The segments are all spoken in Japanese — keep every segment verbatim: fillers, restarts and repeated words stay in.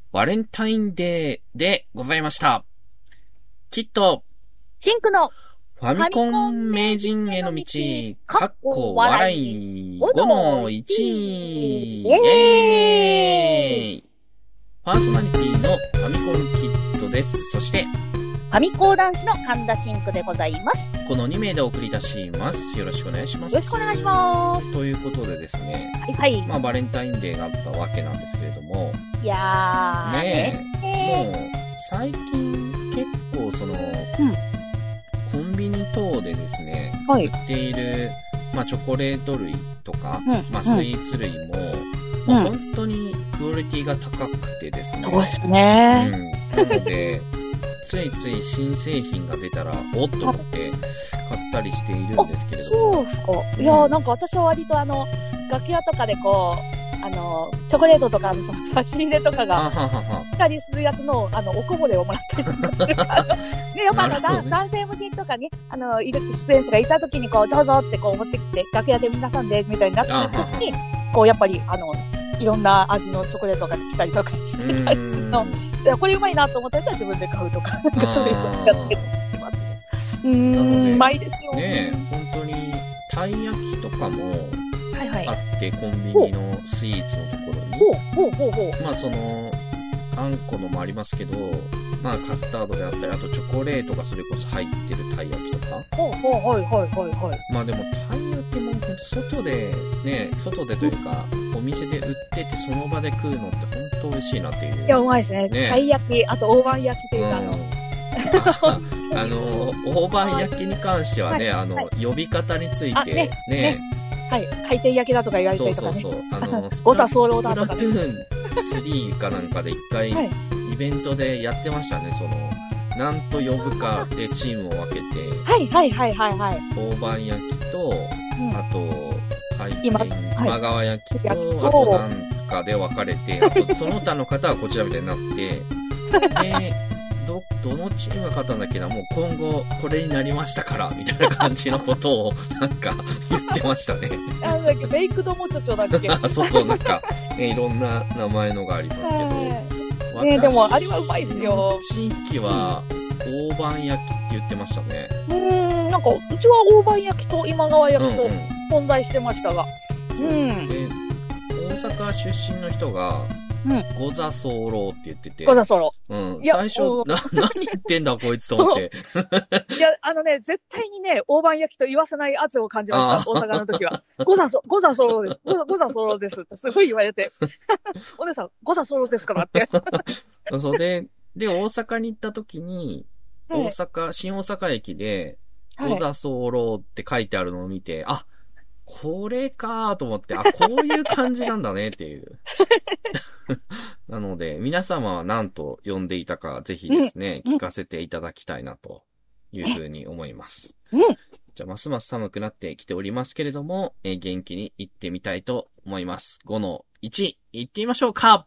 バレンタインデーでございました。きっと、 シンクのファミコン名人への道、かっこ笑い、ごのいち、イェーイ。パーソナリティのファミコンキットです。そして、 ファミコー男子の神田シンクでございます。 このに名で送り出します。よろしくお願いします。 よろしくお願いします。 ということでですね。 はいはい。 まあ、バレンタインデーがあったわけなんですけれども。 いやー。 ねえ。ねもう、最近結構その、うん、コンビニ等でですね、はい、売っている、まあ、チョコレート類とか、うん、まあ、スイーツ類も、うんまあ、本当にクオリティが高くてですね。 そうですね。 うん。なので、ついつい新製品が出たら、おっと思って買ったりしているんですけれども。 そうですか。いやー、なんか私は割とあの、楽屋とかでこう、あの、チョコレートとかのその差し入れとかが、来たりするやつの、あの、おこぼれをもらったりとかするから。ね、よくあの、ね、男性向けとかに、あの、いる出演者がいた時にこう、どうぞってこう持ってきて、楽屋で皆さんで、みたいになってる時に、こう、やっぱり、あの、いろんな味のチョコレートが来たりとかしてたりするの。これうまいなと思ったやつは自分で買うとか、なんかそういうのやってますね。うーん、うまいですよね。本当に、たい焼きとかも、はいはい。あって、コンビニのスイーツのところに。 ほうほうほうほう。 まあその、あんこのもありますけど、まあカスタードであったり、あとチョコレートがそれこそ入ってるたい焼きとか。 ほうほうはいはいはいはい。 まあでもたい焼きも本当外で、ね、外でというか、お店で売っててその場で食うのって本当美味しいなっていう。 いや、うまいですね。ねたい焼き、あと大判焼きっていうか、あの、 あの、大判焼きに関してはね、はい、あの、はい、呼び方について、ね。ねねはい。回転焼きだとか言われたりとかね。 そうそうそう。あの、 ゴザソーローだとか、 ね。スプラトゥーンスリーかなんかで一回、イベントでやってましたね、その、なんと呼ぶかでチームを分けて。 はいはいはいはいはい。 大判焼きと、うん、あと、回転、 今、 今川焼きと、はい、あとなんかで分かれて、あとその他の方はこちらみたいになって、で、ど、どのチームが勝ったんだっけな、もう今後これになりましたから、みたいな感じのことをなんか言ってましたね。 なんだっけ、メイクドモチョチョだっけそうそう、なんか、ね、いろんな名前のがありますけど。 ねでもあれはうまいですよ。 地域は大判焼きって言ってましたね。 うーん、なんかうちは大判焼きと今川焼きと混在してましたが。うん、うん。 で、大阪出身の人が、うん、ゴザソーローって言ってて。 ゴザソーロー。うん。最初、な、何言ってんだこいつと思って。 いや、あのね、絶対にね、大判焼きと言わせない圧を感じました、大阪の時は。ゴザソ、ゴザソーローです。ゴザ、ゴザソーローですってすごい言われて。お姉さん、ゴザソーローですからって。 それで、大阪に行った時に、大阪、はい、新大阪駅で、ゴザソーローって書いてあるのを見て、はい、あ、これかーと思って、あ、こういう感じなんだねっていう。なので、皆様は何と呼んでいたか、ぜひですね、うん、聞かせていただきたいなというふうに思います。うん、じゃあ、ますます寒くなってきておりますけれども、えー、元気に行ってみたいと思います。ごのいち、行ってみましょうか。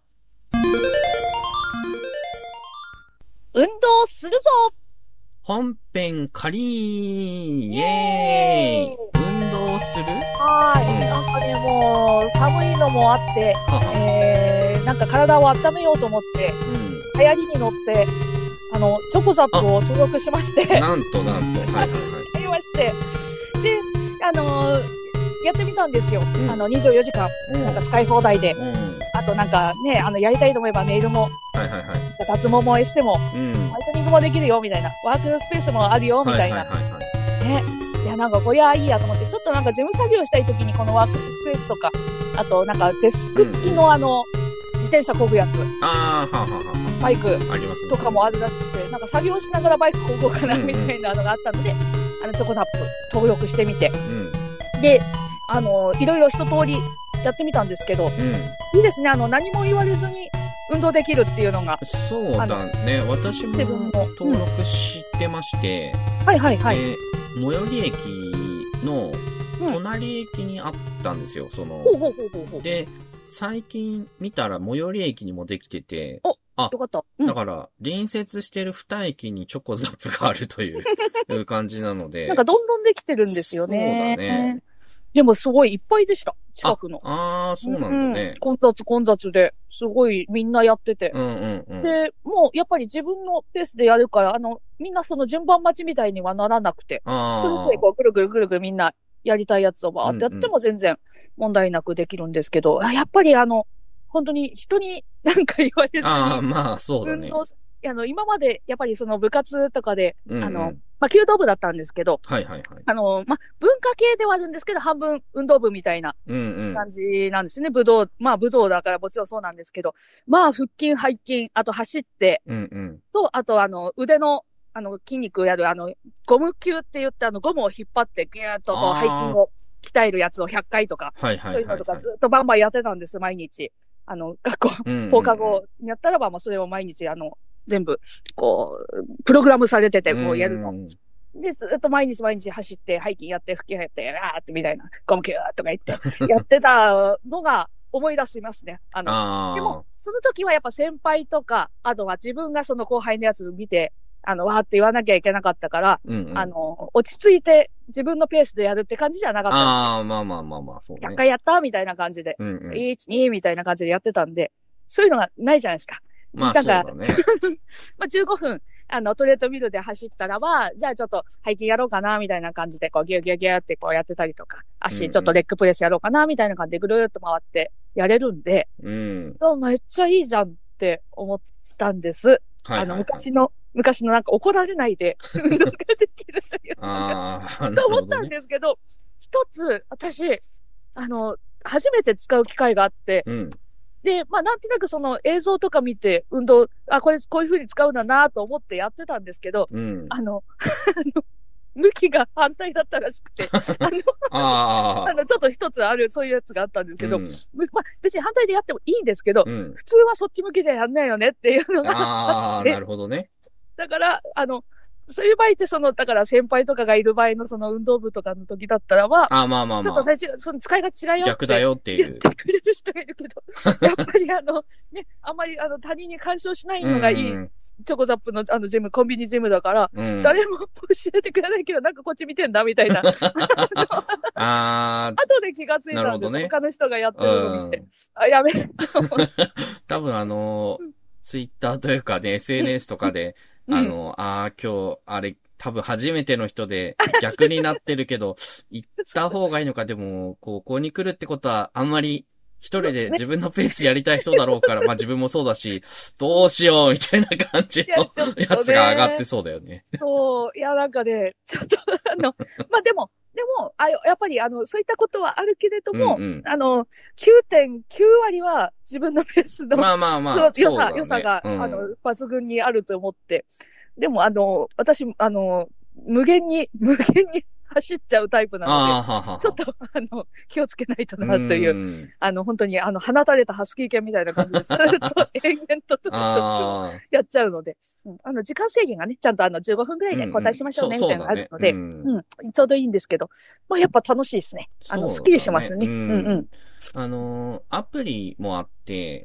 運動するぞ。 本編仮イエーイ。運動する？ はい、うん。なんかね、もう、寒いのもあって、ははえー、なんか体を温めようと思って、うん、流行りに乗って、あの、チョコザップを登録しまして。 なんとなんと。はいはいはい。 やりまして。で、あのー、やってみたんですよ。うん、あの、にじゅうよじかん、うん、なんか使い放題で。うん、あとなんかね、あの、やりたいと思えばネイルも、はいはいはい。脱毛もエステも、うん、ホワイトニングもできるよ、みたいな。ワークスペースもあるよ、みたいな。はいはいはいはい、ね。いや、なんかこりゃいいやと思って、ちょっとなんか事務作業したいときにこのワークスペースとか、あとなんかデスク付きのあの、うん、自転車漕ぐやつ。 ああ、はははバイクとかもあるらしくて、なんか作業しながらバイク漕ごうかな、みたいなのがあったので、うんうん、あの、チョコザップ登録してみて。うん、で、あの、いろいろ一通りやってみたんですけど、うん、いいですね。あの、何も言われずに運動できるっていうのが。 そうだね。私も登録してまして、 うん、はいはいはい。 で、最寄り駅の隣駅にあったんですよ。その、で、最近見たら最寄り駅にもできてて、 おあ、よかった。 うん、だから、隣接してるに駅にチョコザップがあるという感じなので。 なんかどんどんできてるんですよね。 そうだね。 でもすごいいっぱいでした。 近くの。 ああー、そうなんだね、 うん。混雑混雑で、すごいみんなやってて。 うんうんうん。 で、もうやっぱり自分のペースでやるから、あの、みんなその順番待ちみたいにはならなくて、それぞれこうぐるぐるぐるぐるみんなやりたいやつをバーってやっても全然問題なくできるんですけど、うんうん、やっぱりあの、本当に人になんか言われずに。 ああ、まあそうだね。 運動あの、今までやっぱりその部活とかで、 うんうん、 あの、まあ、弓道部だったんですけど、 はいはいはい。 あの、まあ、文化系ではあるんですけど、半分運動部みたいな感じなんですね。うんうん、武道、まあ武道だからもちろんそうなんですけど、まあ腹筋、背筋、あと走って、 うんうん、 と、あとあの、腕の、あの、筋肉をやる、あの、ゴム球って言って、あの、ゴムを引っ張って、ギューッとこう、背筋を鍛えるやつをひゃっかいとか、 はいはいはいはい、 そういうのとかずっとバンバンやってたんです、毎日。あの、学校、放課後やったらば、まあ、それを毎日、あの、全部、こう、プログラムされてて、こうやるの。で、ずっと毎日毎日走って、背筋やって、腹筋やって、あーってみたいな、ゴムキューとか言って、やってたのが思い出しますね。あの、 あでも、その時はやっぱ先輩とか、あとは自分がその後輩のやつを見て、あの、わーって言わなきゃいけなかったから、うんうん、あの、落ち着いて自分のペースでやるって感じじゃなかったんですよ。 ああ、まあまあまあまあ、そうね。 ひゃっかいやったみたいな感じで、うんうん、いち、にみたいな感じでやってたんで、そういうのがないじゃないですか。 まあ、そうだね。 まあ、じゅうごふん、あの、トレードミルで走ったらば、じゃあちょっと背筋やろうかな、みたいな感じで、こう、ギューギューギューってこうやってたりとか、足、ちょっとレッグプレスやろうかな、みたいな感じでぐるーっと回ってやれるんで、うん。めっちゃいいじゃんって思ったんです。はいはいはい、あの、昔の、昔のなんか怒られないで、運動ができるというのが、と思ったんですけど、一つ、私、あの、初めて使う機会があって、うん、で、まあ、なんとなくその映像とか見て、運動、あ、これ、こういう風に使うんだなと思ってやってたんですけど、うん、あの、あの、向きが反対だったらしくて、あの、ああの、ちょっと一つある、そういうやつがあったんですけど、うん、まあ、別に反対でやってもいいんですけど、うん、普通はそっち向きでやんないよねっていうのがあって。 ああ、なるほどね。 だから、あの、そういう場合って、その、だから先輩とかがいる場合のその運動部とかの時だったらは、 あまあまあまあ。 ちょっと最初、その使いが違うよって。 逆だよっていう。 言ってくれる人がいるけど、やっぱりあの、ね、あんまりあの他人に干渉しないのがいい、うん、チョコザップのあのジム、コンビニジムだから、うん、誰も教えてくれないけど、なんかこっち見てんだみたいな。あ後で気がついたんです、ね、他の人がやってるのを見て。あ、やめる。 多分あの、ツイッターというかね、エスエヌエス とかで、あの、うん、ああ、今日、あれ、多分初めての人で逆になってるけど、行った方がいいのか、でも、ここに来るってことは、あんまり一人で自分のペースやりたい人だろうから、まあ自分もそうだし、どうしようみたいな感じのやつが上がってそうだよね。 そう、いや、なんかね、ちょっと、あの、まあでも、でも、あ、やっぱり、あの、そういったことはあるけれども、うんうん、あの、きゅうてんきゅうわりは自分のペースの、 まあまあまあ、 良さ、 ね、 良さが、うん、あの、抜群にあると思って、でも、あの、私、あの、無限に、無限に走っちゃうタイプなので、 ははちょっと、あの、気をつけないとな、という、うあの、本当に、あの、放たれたハスキー犬みたいな感じで、ずっと延々と、と、と、やっちゃうので、うん、あの、時間制限がね、ちゃんとあの、じゅうごふんくらいで交代しましょうね、みたいなのがあるので、うん、うん、ちょうどいいんですけど、まあ、やっぱ楽しいですね。あの、すっきりしますね。うん、うんうんあの、アプリもあって、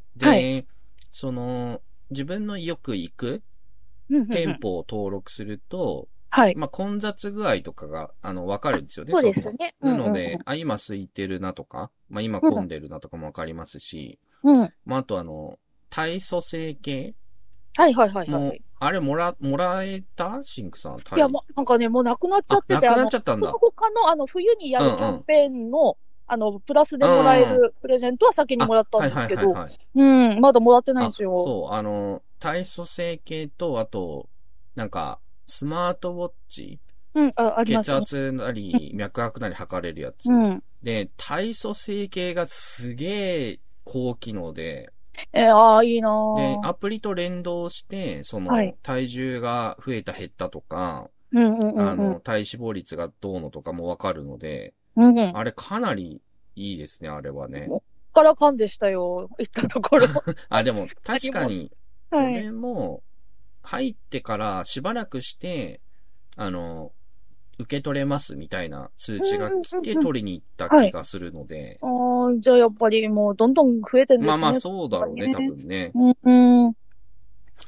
で、はい、その、自分のよく行く、店舗を登録すると、はい。まあ、混雑具合とかが、あの、わかるんですよね。 そうですね。 なので、うんうんうん、あ、今空いてるなとか、まあ、今混んでるなとかもわかりますし、うん。まあ、あとあの、体組成計はいはいはい、はい。 あれ、もら、もらえたシンクさん。 いや、もう、なんかね、もうなくなっちゃってて、 なくなっちゃったんだ。 他の、あの、冬にやるキャンペーンの、うんうん、あの、プラスでもらえるプレゼントは先にもらったんですけど、うん、まだもらってないんですよ。 そう、あの、体組成計と、あと、なんか、スマートウォッチ、 うん、あ、あります血圧なり、脈拍なり測れるやつ。うん、で、体組成計がすげえ高機能で、 えー、ああ、いいなぁ。 で、アプリと連動して、その、はい、体重が増えた減ったとか、 うんうんうんうん、 あの、体脂肪率がどうのとかもわかるので、うんうん、あれかなりいいですね、あれはね。 もっからかんでしたよ、行ったところ。 あ、でも、確かに、これも、入ってからしばらくして、あの、受け取れますみたいな通知が来て取りに行った気がするので。 はい、ああ、じゃあやっぱりもうどんどん増えてるんですね。 まあまあそうだろうね、多分ね。 うん、うん。い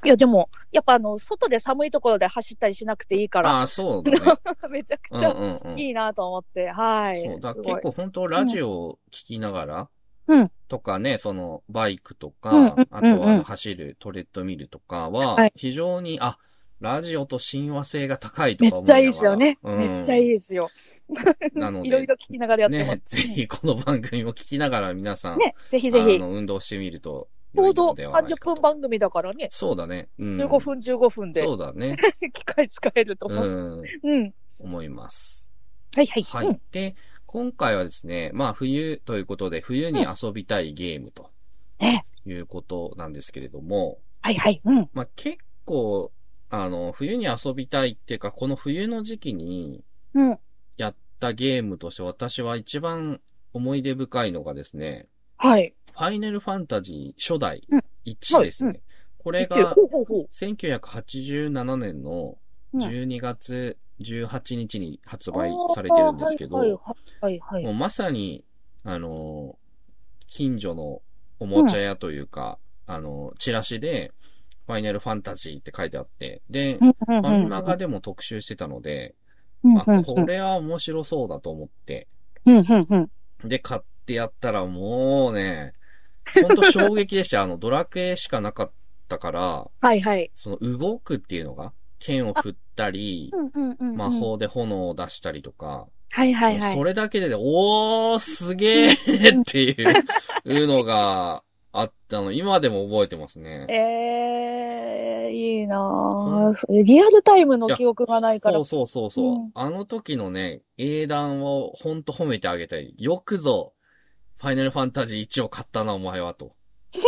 や、でも、やっぱあの、外で寒いところで走ったりしなくていいから。 ああ、そうだね。 めちゃくちゃうんうんうん、 いいなと思って、はい。 そうだ、結構本当ラジオを聞きながら、 うん。 とかね、そのバイクとか、 うんうんうんうん、 あとはあの走るトレッドミルとかは、 はい、 非常に、あ、ラジオと親和性が高いとか思いながら。 めっちゃいいですよね。 うん、 めっちゃいいですよ。 なので、 いろいろ聞きながらやってます。 ね、ぜひこの番組も聞きながら皆さん、 ね、ぜひぜひ。 あの、運動してみるとちょうど良いのではないかと。 さんじゅっぷん番組だからね。 そうだね。うん、 じゅうごふんじゅうごふんで。 そうだね。 機械使えると思う。 うん。 うん。 思います。 はいはい。 はい。うん、で、今回はですね、まあ冬ということで、冬に遊びたいゲームと、ね、いうことなんですけれども、 はいはい。うん。 まあ結構、あの、冬に遊びたいっていうか、この冬の時期に、やったゲームとして私は一番思い出深いのがですね、 はい。 ファイナルファンタジー初代いちですね。うんはいうん、これが、せんきゅうひゃくはちじゅうななねんのじゅうにがつじゅうはちにちに発売されてるんですけど、もうまさに、あの、近所のおもちゃ屋というか、うん、あの、チラシで、ファイナルファンタジーって書いてあって、で、ファミマガでも特集してたので、あ、これは面白そうだと思って、で、買ってやったらもうね、ほんと衝撃でした。あの、ドラクエしかなかったから、 はいはい。 その動くっていうのが、剣を振ったり、魔法で炎を出したりとか、 はいはいはい。 それだけで、おー、すげーっていうのがあったの、今でも覚えてますね。 えー、いいなぁ。リアルタイムの記憶がないから。 そうそうそうそう、うん。あの時のね、英断をほんと褒めてあげたい。よくぞ、ファイナルファンタジーいちを買ったな、お前は、と。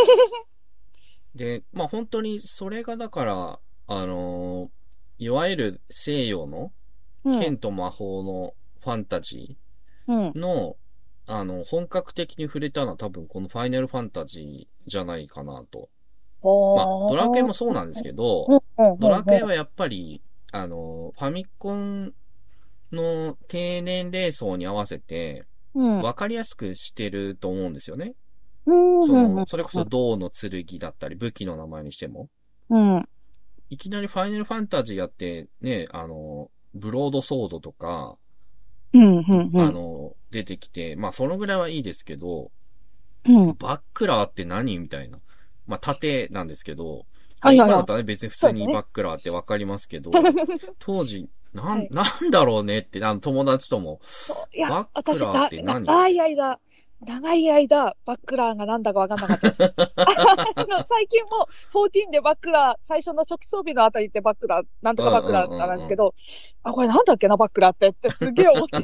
で、まあ本当にそれがだから、あのー、いわゆる西洋の、剣と魔法のファンタジーの、うん、あの、本格的に触れたのは多分このファイナルファンタジーじゃないかなと。まあ、ドラクエもそうなんですけど、ドラクエはやっぱり、あの、ファミコンの低年齢層に合わせて、わかりやすくしてると思うんですよね。うん、その、それこそ銅の剣だったり、武器の名前にしても。うん。いきなりファイナルファンタジーやって、ね、あの、ブロードソードとか、うんうんうん、あの、出てきて、まあ、そのぐらいはいいですけど、うん、バックラーって何みたいな。まあ、盾なんですけど、はいはいはい、今だったらね、別に普通にバックラーってわかりますけど、ね、当時、なん、はい、なんだろうねって、あの、友達とも。バックラーって何？ 長い間、長い間、バックラーがなんだかわかんなかったです。最近も、じゅうよんでバックラー、最初の初期装備のあたりってバックラー、なんとかバックラーなんですけど、うんうんうんうん、あ、これなんだっけな、バックラーってってすげえ思って。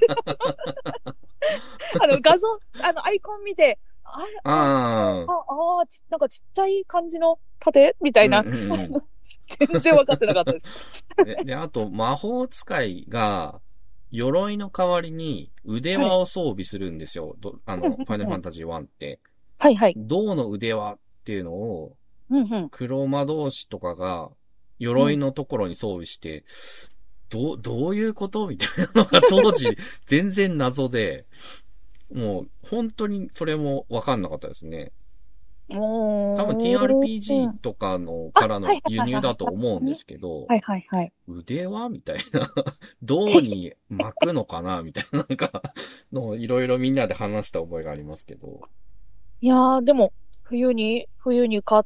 あの、画像、あの、アイコン見て、ああ、ああ、なんかちっちゃい感じの盾みたいな、うんうんうん。全然分かってなかったです。 で, で、あと、魔法使いが、鎧の代わりに腕輪を装備するんですよ。はい、あの、ファイナルファンタジーワンって。はいはい。銅の腕輪っていうのを、黒魔導士とかが、鎧のところに装備して、どう、どういうことみたいなのが当時、全然謎で、もう、本当にそれも分かんなかったですね。多分 ティーアールピージー とかのからの輸入だと思うんですけど、 はいはいはい。 腕輪みたいな。銅に巻くのかなみたいな、なんか、のいろいろみんなで話した覚えがありますけど。 いやー、でも、冬に、冬に買って、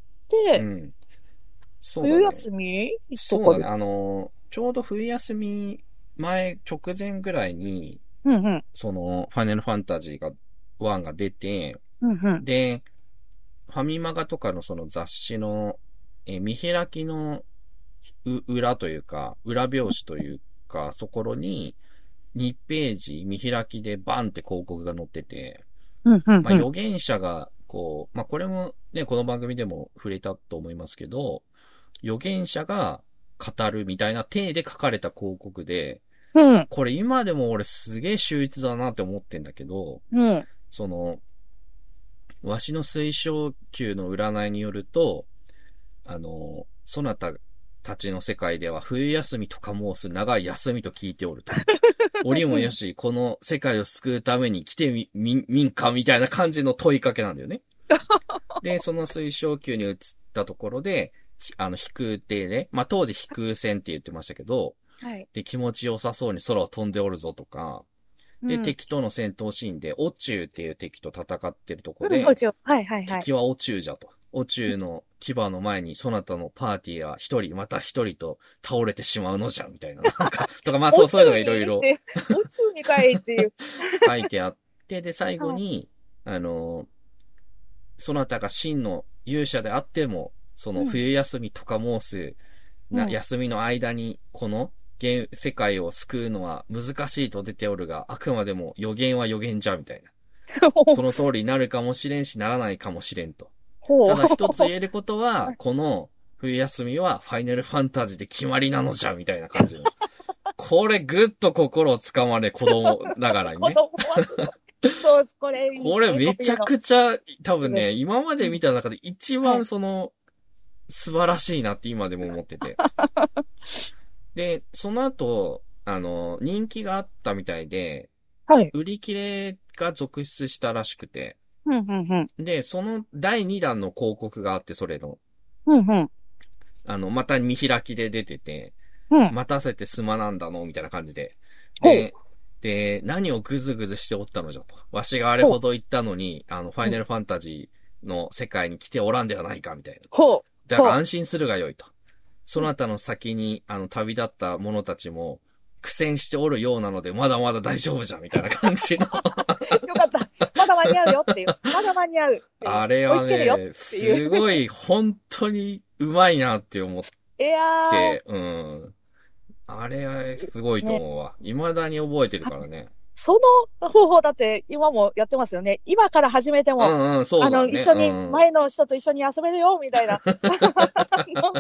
うん。そうだね、冬休みそうだね。あの、ちょうど冬休み前、直前ぐらいに、うんうん、その、ファイナルファンタジーが、ワンが出て、うんうん、で、ファミマガとかのその雑誌の、えー、見開きの裏というか、裏表紙というか、そこににページ見開きでバンって広告が載ってて、うんうんうん、まあ、預言者が、こう、まあ、これもね、この番組でも触れたと思いますけど、預言者が語るみたいな体で書かれた広告で、うん、これ今でも俺すげえ秀逸だなって思ってんだけど、うん、その、わしの水晶球の占いによると、あの、そなたたちの世界では冬休みとか申す長い休みと聞いておると。折もよし、この世界を救うために来てみ、み、みんかみたいな感じの問いかけなんだよね。で、その水晶球に移ったところで、 あの、飛空ってね、まあ、当時飛空戦って言ってましたけど、 はい。 で、気持ちよさそうに空を飛んでおるぞとか、で、 うん。 敵との戦闘シーンで、オチュウっていう敵と戦ってるとこうん、 で、 もちろん。はいはいはい。 敵はオチュウじゃと。オチュウの牙の前に、そなたのパーティーは一人、また一人と倒れてしまうのじゃ、みたいな。なんか、とか、まあそう、そういうのがいろいろ宇宙にって、宇宙にかいっていう。 書いてあって、で、最後はい。 に、あの、そなたが真の勇者であっても、そのうん。 冬休みとか申す、な、 うん。 休みの間に、この、現世界を救うのは難しいと出ておるが、あくまでも予言は予言じゃ、みたいな。その通りになるかもしれんし、ならないかもしれんと。 ほう。 ただ一つ言えることは、この冬休みはファイナルファンタジーで決まりなのじゃ、みたいな感じの。これぐっと心をつかまれ、子供ながらに子ね。 供はすごい。そうです、これ、 これめちゃくちゃ、多分ね、今まで見た中で一はい。 番その、素晴らしいなって今でも思ってて。で、その後、あの、人気があったみたいで、 はい。 売り切れが続出したらしくて、 うん、うん、うん。 で、そのだいにだんの広告があって、それの、 うん、うん。 あの、また見開きで出てて、 うん。 待たせてすまなんだのみたいな感じで。 ほう。 で、で、何をぐずぐずしておったのじゃと。わしがあれほう。 ほど言ったのに、あの、ファうん。 イナルファンタジーの世界に来ておらんではないか、みたいな。 ほう。 だがほ安心するがよいと。そう。うん。 なたの先に、あの、旅立った者たちも、苦戦しておるようなので、まだまだ大丈夫じゃん、みたいな感じの。 よかった。まだ間に合うよっていう。まだ間に合うっていう。 あれは追いつけるよね、 っていう。 すごい、本当にうまいなって思っいやて、うん。あれはすごいー、 とね。 思うわ。未だに覚えてるからね。 その方法だって今もやってますよね。今から始めても、 うんうん、そあの、 うだね。 一緒に、 うん。 前の人と一緒に遊べるよ、みたいな。あの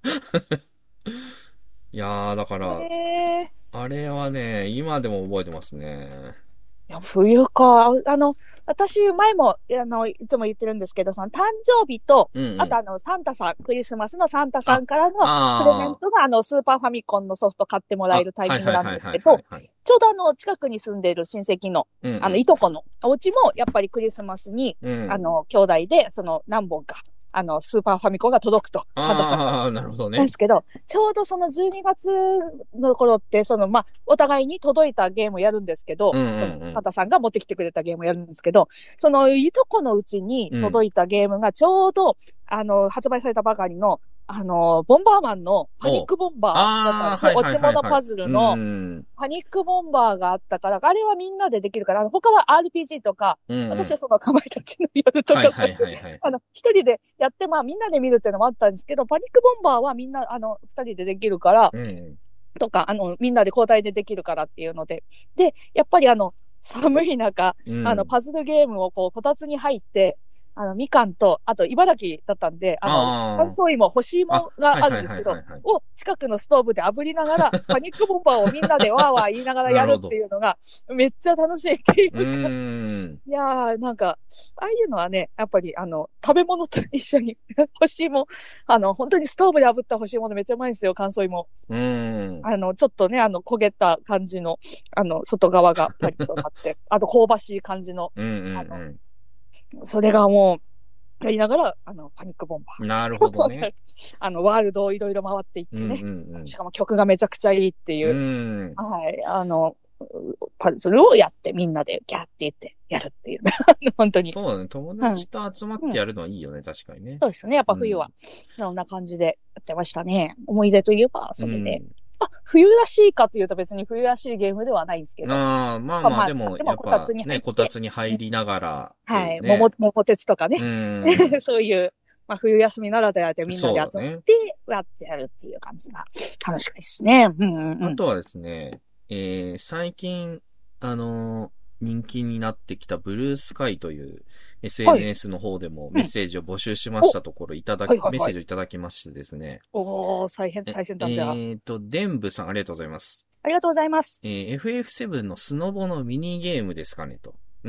いやー、だから、 えーあれはね、今でも覚えてますね。 いや、冬か。あの、私、前も、あの、いつも言ってるんですけど、その誕生日と、 うんうん。 あとあの、サンタさん、クリスマスのサンタさあ、 んからのプレゼンあトが、あの、スーパーファミコンのソフト買ってもあ、あ、 らえるタイはいミングなんはいはいはですけど、 いはいはい。 ちょうどあの、近くに住んでいる親戚の、あの、 うんいとこのお家も、やっぱりクリスマスに、 うん。うん。 あの、兄弟で、その、何本か、あの、スーパーファミコンが届くと、サンタさんから。 ああ、なるほどね。 なんですけど、ちょうどそのじゅうにがつの頃って、その、まあ、お互いに届いたゲームをやるんですけど、 うんうその、 んうん。 サンタさんが持ってきてくれたゲームをやるんですけど、その、いとこのうちにうん。 届いたゲームがちょうど、あの、発売されたばかりの、あの、ボンバーマンのパニッおクボンバーだったんああ、 ですよ。 はいはい落ちはいはい。 物パズルうのん。 パニックボンバーがあったから、あれはみんなでできるから、あの他は アールピージー とか、 うんうん。 私はそのかまいたちの夜とか、 はいはいそういう、 はいはい。 あの、一人でやって、まあみんなで見るっていうのもあったんですけど、パニックボンバーはみんな、あの、二人でできるから、 うん。 とか、あの、みんなで交代でできるからっていうので。で、やっぱりあの、寒い中、あの、 うん。 パズルゲームをこう、こたつに入って、あの、みかんと、あと、茨城だったんで、あの、乾あ燥芋、干しあ。あ、 芋があはいはいるんですけど、 はいはいはい。 を近くのストーブで炙りながら、パニックボンバーをみんなでわーわー言いながらやるってなるほど。 いうのが、めっちゃ楽しいっていうーうか、 ん。 いやー、なんか、ああいうのはね、やっぱり、あの、食べ物と一緒に、干し芋、あの、本当にストーブで炙った干し芋でめっちゃうまいんですよ、乾燥芋。 うーん。 あの、ちょっとね、あの、焦げた感じの、あの、外側がパリッとなって、あと香ばしい感じの、 うんうあの、 んそれがもう、やりながら、あの、パニックボンバうん。なるほどね。 ー。あの、ワールドをいろいろ回っていっうんうてね。 んしかも曲がめちゃくちゃいいっていうん。うう、 ーん。 はい、あの、パズルをやってみんなでギャーって言ってやるっていう。本当に。 そうだね。友うん。 達と集まっうん。 てやるのはいいよね、確かにね。 そうですね。やっぱ冬は。 うん。 そんな感じでやってましたね。思い出といえば、それで。 うん。 まあ、冬らしいかというと別に冬らしいゲームではないんですけど。 ああ、まあまあ、 まあまあ、 でも、 でもこたつやっぱね、こたに入って、 つに入りながらってはい、 いうね。 桃、桃鉄とかうね。 ーん。 そういう、まあ冬休みならではでみんなで集まっそうだね。 て、わってやるっていう感じが楽しいですね。うんうんうん。 あとはですね、えー、最近、あのー人気になってきたブルースカイというはい。 エスエヌエス の方でもうん。 メッセージを募集しましお、 たところ、いただき、メッはいはいはい。 セージをいただきましてですね。 おー、最先、 え、 最先え端じゃ。 ーと、デンブさん、ありがとうございます。 ありがとうございます。 えー、エフエフセブン のスノボのミニゲームですかねと。うん。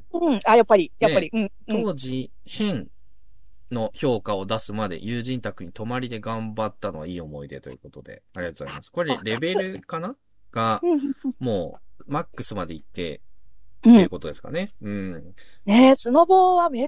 うん。あ、やっぱり、やっぱで、 り、うん、うん。 当時、変の評価を出すまで友人宅に泊まりで頑張ったのはいい思い出ということで、ありがとうございます。これ、 あ、 レベルかなが、 うん、 もう、マックスまで行って、 うん。 っていうことですかね。うん。 ねえ、スノボはめっ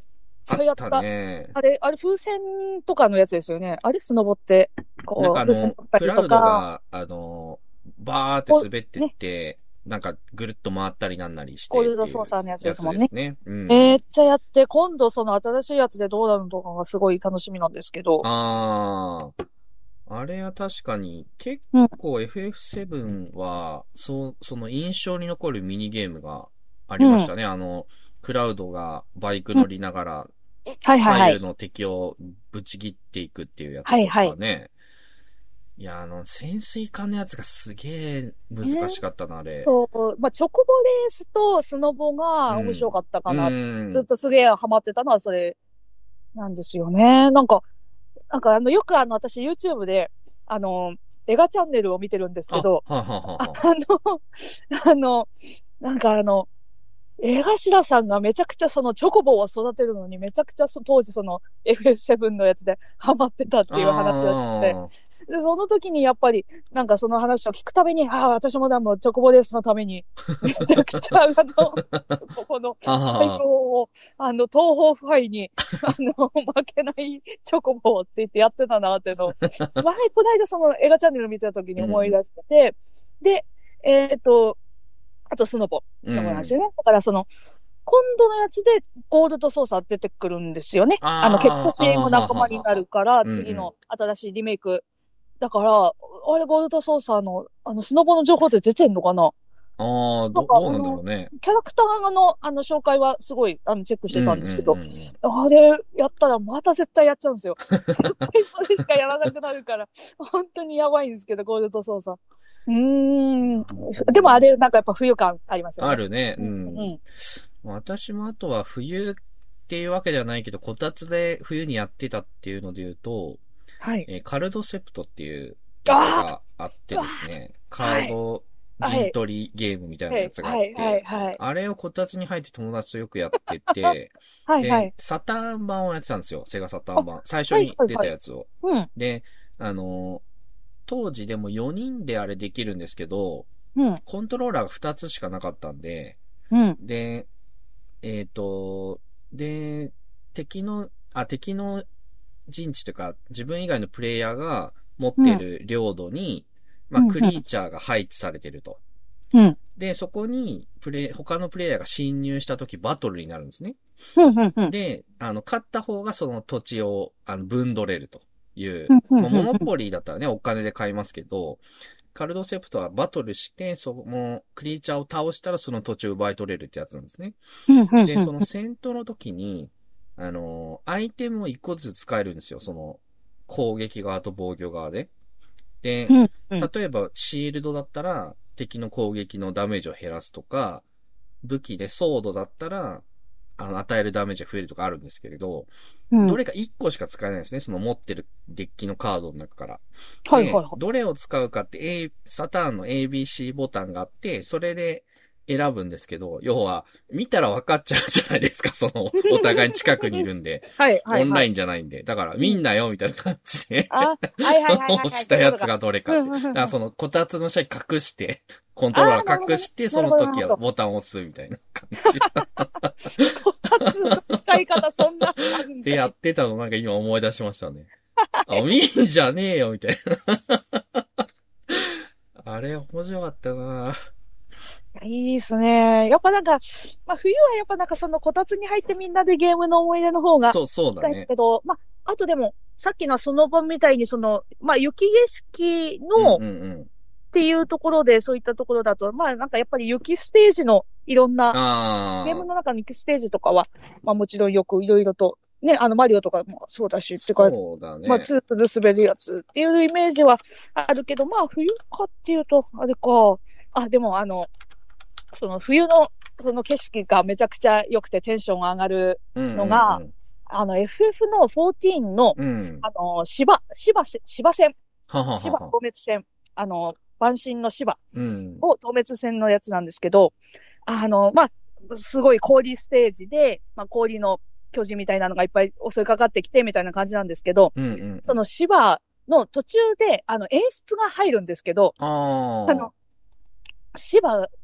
ちゃやった。 あったね。 あれ、あれ風船とかのやつですよね。あれスノボって、こう、 あの、クラウドが、あの、バーって滑ってって、ね、なんかぐるっと回ったりなんなりして。 ゴールド操作のやつですもんね。 ね、うん、 めっちゃやって、今度その新しいやつでどうなるのかがすごい楽しみなんですけど。 ああ。あれは確かに、結構 エフエフセブン は、そう、その印象に残るミニゲームがありましたね。うん、あの、クラウドがバイク乗りながら、うん、左右の敵をぶち切っていくっていうやつとかね。はいはい、いや、あの、潜水艦のやつがすげえ難しかったな、あれ。 そう、まあ、チョコボレースとスノボが面白かったかな。うん、ずっとすげえハマってたのはそれなんですよね。なんか、なんかあの、よくあの、私 YouTube で、あの、映画チャンネルを見てるんですけど、あ、ははははあの、あの、なんかあの、江頭さんがめちゃくちゃそのチョコボを育てるのにめちゃくちゃそ当時その エフエフセブン のやつでハマってたっていう話だって。で、その時にやっぱりなんかその話を聞くたびに、ああ、私もでもチョコボレースのためにめちゃくちゃあの、ここの最高を、あの、東方腐敗に、あの、負けないチョコボって言ってやってたなっていうのを、前、この間その映画チャンネル見てた時に思い出してて、うん、で、えっと、あとスノボ。スノボの話ね。うん、だからその、今度のやつでゴールド操作出てくるんですよね。あ, あの、結構 シーエム 仲間になるから、次の新しいリメイク。うんうん、だから、あれゴールド操作の、あの、スノボの情報って出てんのかな。 ああ、ど、どうなんだろうね。 キャラクターの、あの、紹介はすごい、あの、チェックしてたんですけど、うんうんうん、あれやったらまた絶対やっちゃうんですよ。絶対それしかやらなくなるから、本当にやばいんですけど、ゴールド操作。うーん。でもあれ、なんかやっぱ冬感ありますよね。 あるね。うん。うん、私もあとは冬っていうわけではないけど、こたつで冬にやってたっていうので言うと、はい。えー、カルドセプトっていうやつがあってですね、カード陣取りゲームみたいなやつがあって、はいはいはいはい、あれをこたつに入って友達とよくやってて、はいはい、で、サターン版をやってたんですよ。セガサターン版。最初に出たやつを。はいはいはい、で、あのー、当時でもよにんであれできるんですけど、うん、コントローラーがふたつしかなかったんで、うん、で、えっと、で、敵の、あ、敵の陣地とか自分以外のプレイヤーが持ってる領土に、うん、まあ、クリーチャーが配置されてると。うん、で、そこにプレイ、他のプレイヤーが侵入したときバトルになるんですね。うん、で、あの、勝った方がその土地を、あの、分取れると。いう、まあ、モノポリーだったらね、お金で買いますけど、カルドセプトはバトルして、そのクリーチャーを倒したらその土地を奪い取れるってやつなんですね。で、その戦闘の時に、あの、アイテムを一個ずつ使えるんですよ。その、攻撃側と防御側で。で、例えばシールドだったら敵の攻撃のダメージを減らすとか、武器でソードだったら、あの、与えるダメージが増えるとかあるんですけれど、うん、どれかいっこしか使えないですね。その持ってるデッキのカードの中から。はいはいはい。どれを使うかって、A、サターンの エービーシー ボタンがあって、それで選ぶんですけど、要は、見たら分かっちゃうじゃないですか、その、お互いに近くにいるんで。はいはい、はい。オンラインじゃないんで。だから、見んなよ、みたいな感じで。あ、はいはいはい、はい。押したやつがどれかって。だからその、こたつの下に隠して、コントローラー隠して、その時はボタンを押すみたいな感じ。 こたつの使い方そんなあるんだ。 でやってたのなんか今思い出しましたね。あ、見んじゃねえよ、みたいな。あれ面白かったないいですね。やっぱなんか、まあ冬はやっぱなんかそのこたつに入ってみんなでゲームの思い出の方が。 そう、そうだね。 けど、まあ、あとでも、さっきのその場みたいにその、まあ雪景色の、うんうんうん、っていうところで、そういったところだと、まあなんかやっぱり雪ステージのいろんな、ゲームの中の雪ステージとかは、まあもちろんよくいろいろと、ね、あのマリオとかもそうだし、っていうか、 そうだね。 まあツープで滑るやつっていうイメージはあるけど、まあ冬かっていうと、あれか、あ、でもあの、その冬のその景色がめちゃくちゃ良くてテンション上がるのが、うんうんうん、あの エフエフ のじゅうよんの、うん、あの、芝、芝、芝戦、 はははは芝消滅戦、あの、万神の芝を透滅戦のやつなんですけど、うん、あの、まあ、すごい氷ステージで、まあ、氷の巨人みたいなのがいっぱい襲いかかってきてみたいな感じなんですけど、うんうん、その芝の途中で、あの、演出が入るんですけど、 ああの、芝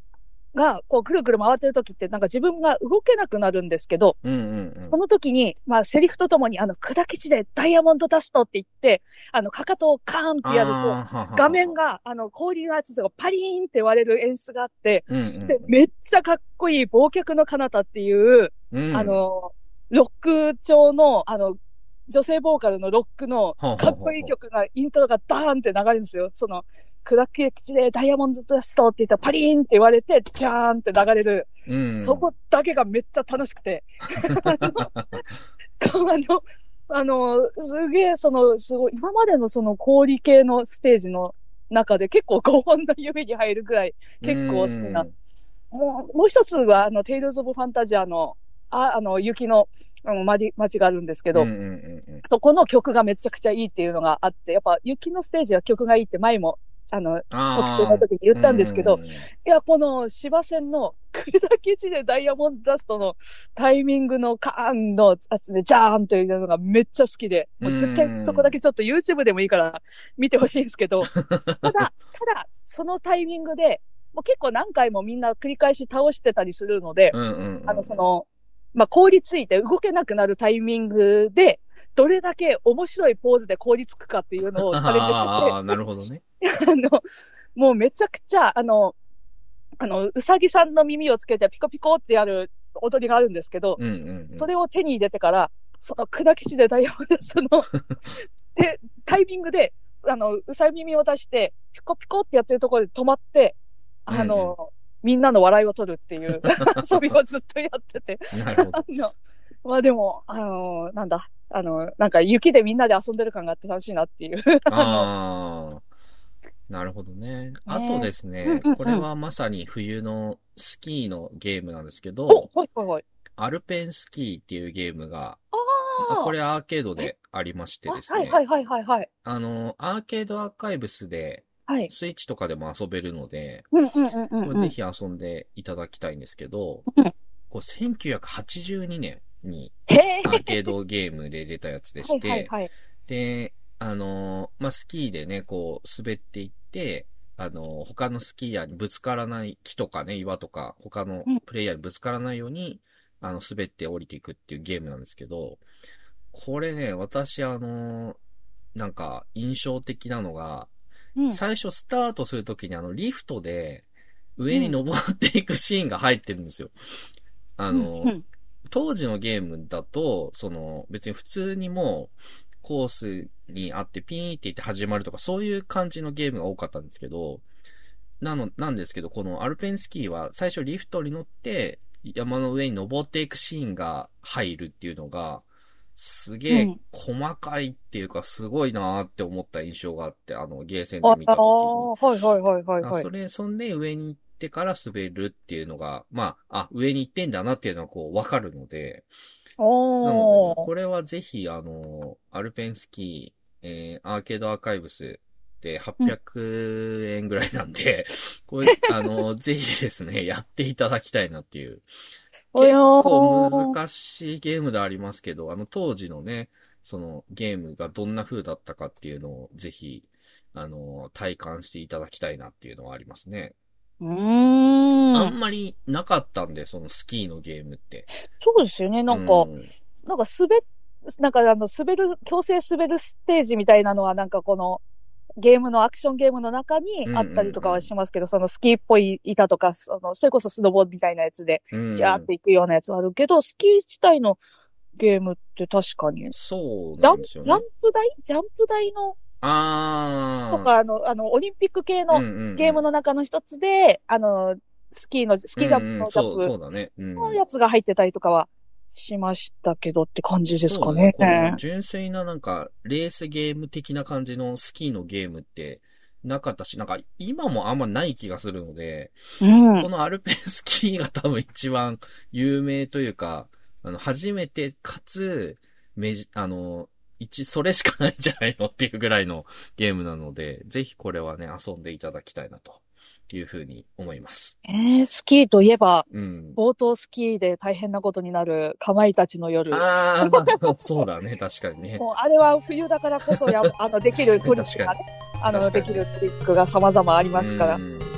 が、こう、ぐるぐる回ってる時って、なんか自分が動けなくなるんですけど、 うんうんうん、 その時に、まあ、セリフとともに、あの、砕き地でダイヤモンドダストって言って、あの、かかとをカーンってやると、画面が、あの、氷のやつがパリーンって割れる演出があって、 うんうん、 で、めっちゃかっこいい、忘却の彼方っていう、うん、あの、ロック調の、あの、女性ボーカルのロックのかっこいい曲が、イントロがダーンって流れるんですよ。その、砕き地でダイヤモンドダストって言ったらパリーンって言われて、ジャーンって流れる。うん、そこだけがめっちゃ楽しくて。あの、あの、すげえ、その、すごい、今までのその氷系のステージの中で結構ごほんの指に入るぐらい結構好きな。もう、もう一つは、あの、テイルズ・オブ・ファンタジアの、あ、あの、雪の、あの、街があるんですけど、うんうんうん、そこの曲がめちゃくちゃいいっていうのがあって、やっぱ雪のステージは曲がいいって前も、あの、特定の時に言ったんですけど、いや、この芝線の砕き地でダイヤモンドダストのタイミングのカーンのやつでジャーンというのがめっちゃ好きで、もう絶対そこだけちょっと YouTube でもいいから見てほしいんですけど、ただ、ただ、そのタイミングで、もう結構何回もみんな繰り返し倒してたりするので、うんうんうん、あの、その、まあ、凍りついて動けなくなるタイミングで、どれだけ面白いポーズで凍りつくかっていうのをされてして。 ああ、なるほどね。 あの、もうめちゃくちゃ、あの、あの、うさぎさんの耳をつけてピコピコってやる踊りがあるんですけど、うんうんうん、それを手に入れてから、その砕き地でダイヤモンドその、で、タイミングで、あの、うさぎ耳を出して、ピコピコってやってるところで止まって、あの、うんうん、みんなの笑いを取るっていう遊びをずっとやってて。 なるほど。 あのまあでも、あの、なんだ、あの、なんか雪でみんなで遊んでる感があって楽しいなっていう。 ああ。なるほどね。あとですね、うんうんうん、これはまさに冬のスキーのゲームなんですけど、 はいはいはい、 アルペンスキーっていうゲームが、あこれアーケードでありましてですね。 はいはいはいはい。 あの、アーケードアーカイブスで、スイッチとかでも遊べるので、ぜひ遊んでいただきたいんですけど、うん、こうせんきゅうひゃくはちじゅうにねんにアーケードゲームで出たやつでして、はいはいはい、で、あの、まあ、スキーでね、こう滑っていって、あの、他のスキーヤーにぶつからない木とかね、岩とか、他のプレイヤーにぶつからないように、うん、あの、滑って降りていくっていうゲームなんですけど、これね、私あの、なんか印象的なのが、うん、最初スタートするときにあの、リフトで上に登っていくシーンが入ってるんですよ。うん、あの、うん、当時のゲームだと、その、別に普通にもう、コースにあってピーンって言って始まるとかそういう感じのゲームが多かったんですけど、なの、なんですけど、このアルペンスキーは最初リフトに乗って山の上に登っていくシーンが入るっていうのが、すげえ細かいっていうかすごいなーって思った印象があって、あのゲーセンで見たときに。 ああ、はいはいはいはい、はい。 それ、そんで上に行ってから滑るっていうのが、まあ、あ、上に行ってんだなっていうのはこうわかるので、 おなので、ね、これはぜひ、あの、アルペンスキー、えー、アーケードアーカイブスではっぴゃくえんぐらいなんで、うん、これ、あの、ぜひですね、やっていただきたいなっていう。結構難しいゲームでありますけど、あの、当時のね、そのゲームがどんな風だったかっていうのを、ぜひ、あの、体感していただきたいなっていうのはありますね。 うーん。 あんまりなかったんで、そのスキーのゲームって。 そうですよね。なんか、うん、なんか滑、なんかあの、滑る、強制滑るステージみたいなのはなんかこの、ゲームの、アクションゲームの中にあったりとかはしますけど、うんうんうん、そのスキーっぽい板とか、その、それこそスノボみたいなやつで、ジャーっていくようなやつはあるけど、うん、スキー自体のゲームって確かに。 そうなんですよね。 ジャンプ台ジャンプ台の、 あー。とか、あの、あの、オリンピック系のゲームの中の一つで、うんうんうん、あの、スキーの、スキージャンプのジャンプのやつが入ってたりとかはしましたけどって感じですかね。 そうね、この純粋ななんか、レースゲーム的な感じのスキーのゲームってなかったし、なんか今もあんまない気がするので、うん、このアルペンスキーが多分一番有名というか、あの、初めてかつ、めじ、あの、一、それしかないんじゃないのっていうぐらいのゲームなので、ぜひこれはね、遊んでいただきたいなというふうに思います。 えー、スキーといえば、うん、冒頭スキーで大変なことになるかまいたちの夜。 ああ、そうだね、確かにね。 もうあれは冬だからこそや、あの、できるトリックがね、あの、できるトリックが様々ありますから、あ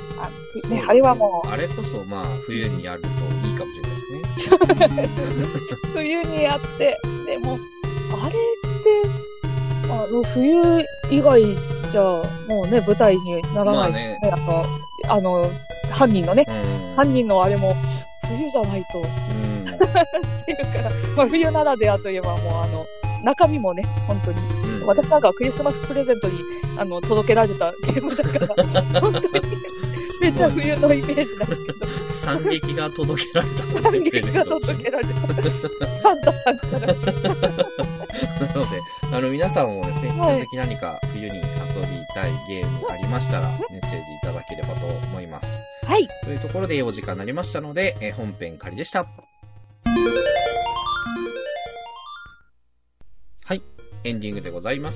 ね、あれはもう。 あれこそ、まあ、冬にやるといいかもしれないですね。 冬にやって、でも、あれって、あの、冬以外じゃ、もうね、舞台にならないですね。まあね、あの、あの、犯人のね、うん、犯人のあれも、冬じゃないと。うん、っていうから、まあ、冬ならではといえば、もうあの、中身もね、本当に。うん、私なんかはクリスマスプレゼントに、あの、届けられたゲームだから、本当に、めっちゃ冬のイメージなんですけど。 惨劇が届けられた。 惨劇が届けられた。サンタさんから。なので、 あの、皆さんもですね、はい、引き続き何か冬に遊びたいゲームありましたら、メッセージいただければと思います。 はい。 というところで、お時間になりましたので、え本編仮でした。はい。エンディングでございます。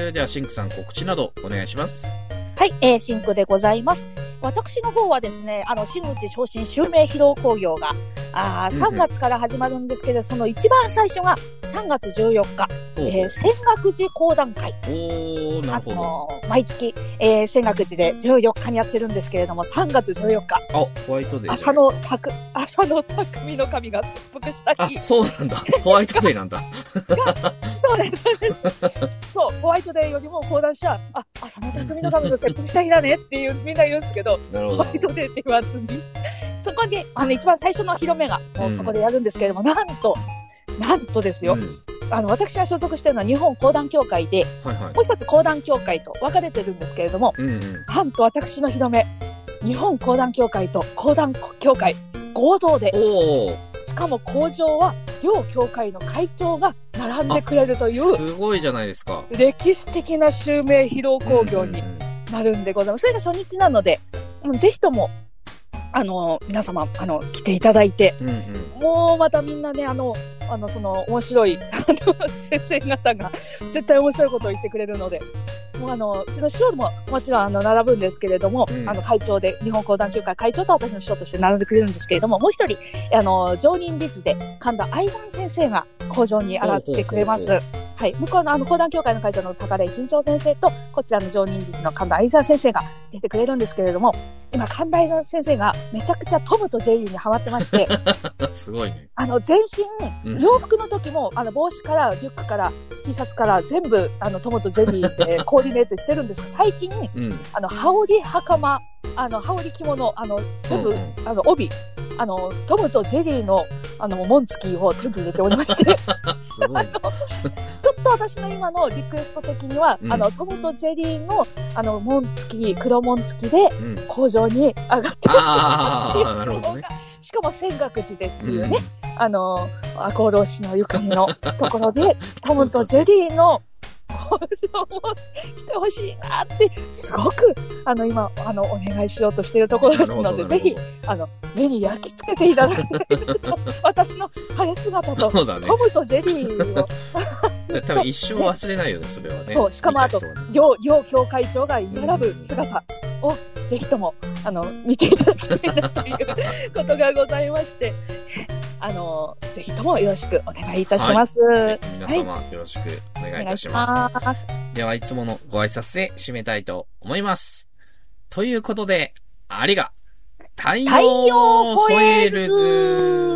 では、シンクさん告知などお願いします。 はい、えー、シンクでございます。私の方はですね、あの、新内昇進襲名披露興行が、あさんがつから始まるんですけど、その一番最初がさんがつじゅうよっか、えー、泉岳寺講談会。 おー、なるほど。あのー、毎月、えー、泉岳寺でじゅうよっかにやってるんですけれども、さんがつじゅうよっか。 あ、ホワイトデー。 朝のたく、朝の匠の神が切腹した日。 あ、そうなんだ。ホワイトデーなんだ。 そうです、そうです。そう、ホワイトデーよりも講談師は、あ、朝の匠の神が切腹した日だねっていう、みんな言うんですけど、ホワイトデーって言わずに。そこで、あの、一番最初の広めが、もうそこでやるんですけれども、うん、なんと、なんとですよ、うん、あの、私が所属しているのは日本講談協会で、はいはい、もう一つ講談協会と分かれてるんですけれども、うんうん、なんと私の広め、日本講談協会と講談協会合同で、しかも工場は両協会の会長が並んでくれるという、 すごいじゃないですか。 歴史的な襲名披露興行になるんでございます。それが初日なので、ぜひとも、あの、皆様、あの、来ていただいて、うんうん、もうまたみんなね、あの、あの、その、面白い、あの、先生方が、絶対面白いことを言ってくれるので、もうあの、うちの師匠ももちろん、あの、並ぶんですけれども、うん、あの、会長で、日本講談協会会長と私の師匠として並んでくれるんですけれども、もう一人、あの、常任理事で、神田愛山先生が工場に洗ってくれます。はい。向こうのあの、講談協会の会長の高麗金長先生と、こちらの常任理事の神田愛沢先生が出てくれるんですけれども、今、神田愛沢先生がめちゃくちゃトムとジェリーにハマってまして、 すごいね。 あの、全身、洋服の時も、あの、帽子から、リュックから、T シャツから、全部、あの、トムとジェリーでコーディネートしてるんですが、最近、うん、あの、羽織袴、あの、羽織着物、あの、全部、うんうん、あの、帯、あの、トムとジェリーの、あの、紋付きを手に入れておりまして、 すごい。 ちょっと私の今のリクエスト的には、うん、あの、トムとジェリーの、あの、紋付き、黒紋付きで、工場に上がってる、 うん、ああ、なるほどね。 しかも泉岳寺でっていうね、うん、あの、赤穂浪士のゆかりのところで、トムとジェリーの、工場をしてほしいなって、すごく、あの、今、あの、お願いしようとしているところですので、ぜひ、あの、目に焼き付けていただきたいと、私の晴れ姿と、ね、トムとジェリーを。 多分一生忘れないよね、それはね。 そう、しかもあと、両、両協会長が並ぶ姿を、ぜひとも、あの、見ていただきたいなということがございまして、あの、ぜひともよろしくお願いいたします。はい、 ぜひ皆様、よろしくお願いいたします。ますでは、いつものご挨拶で締めたいと思います。ということで、ありが、太陽ホエールズ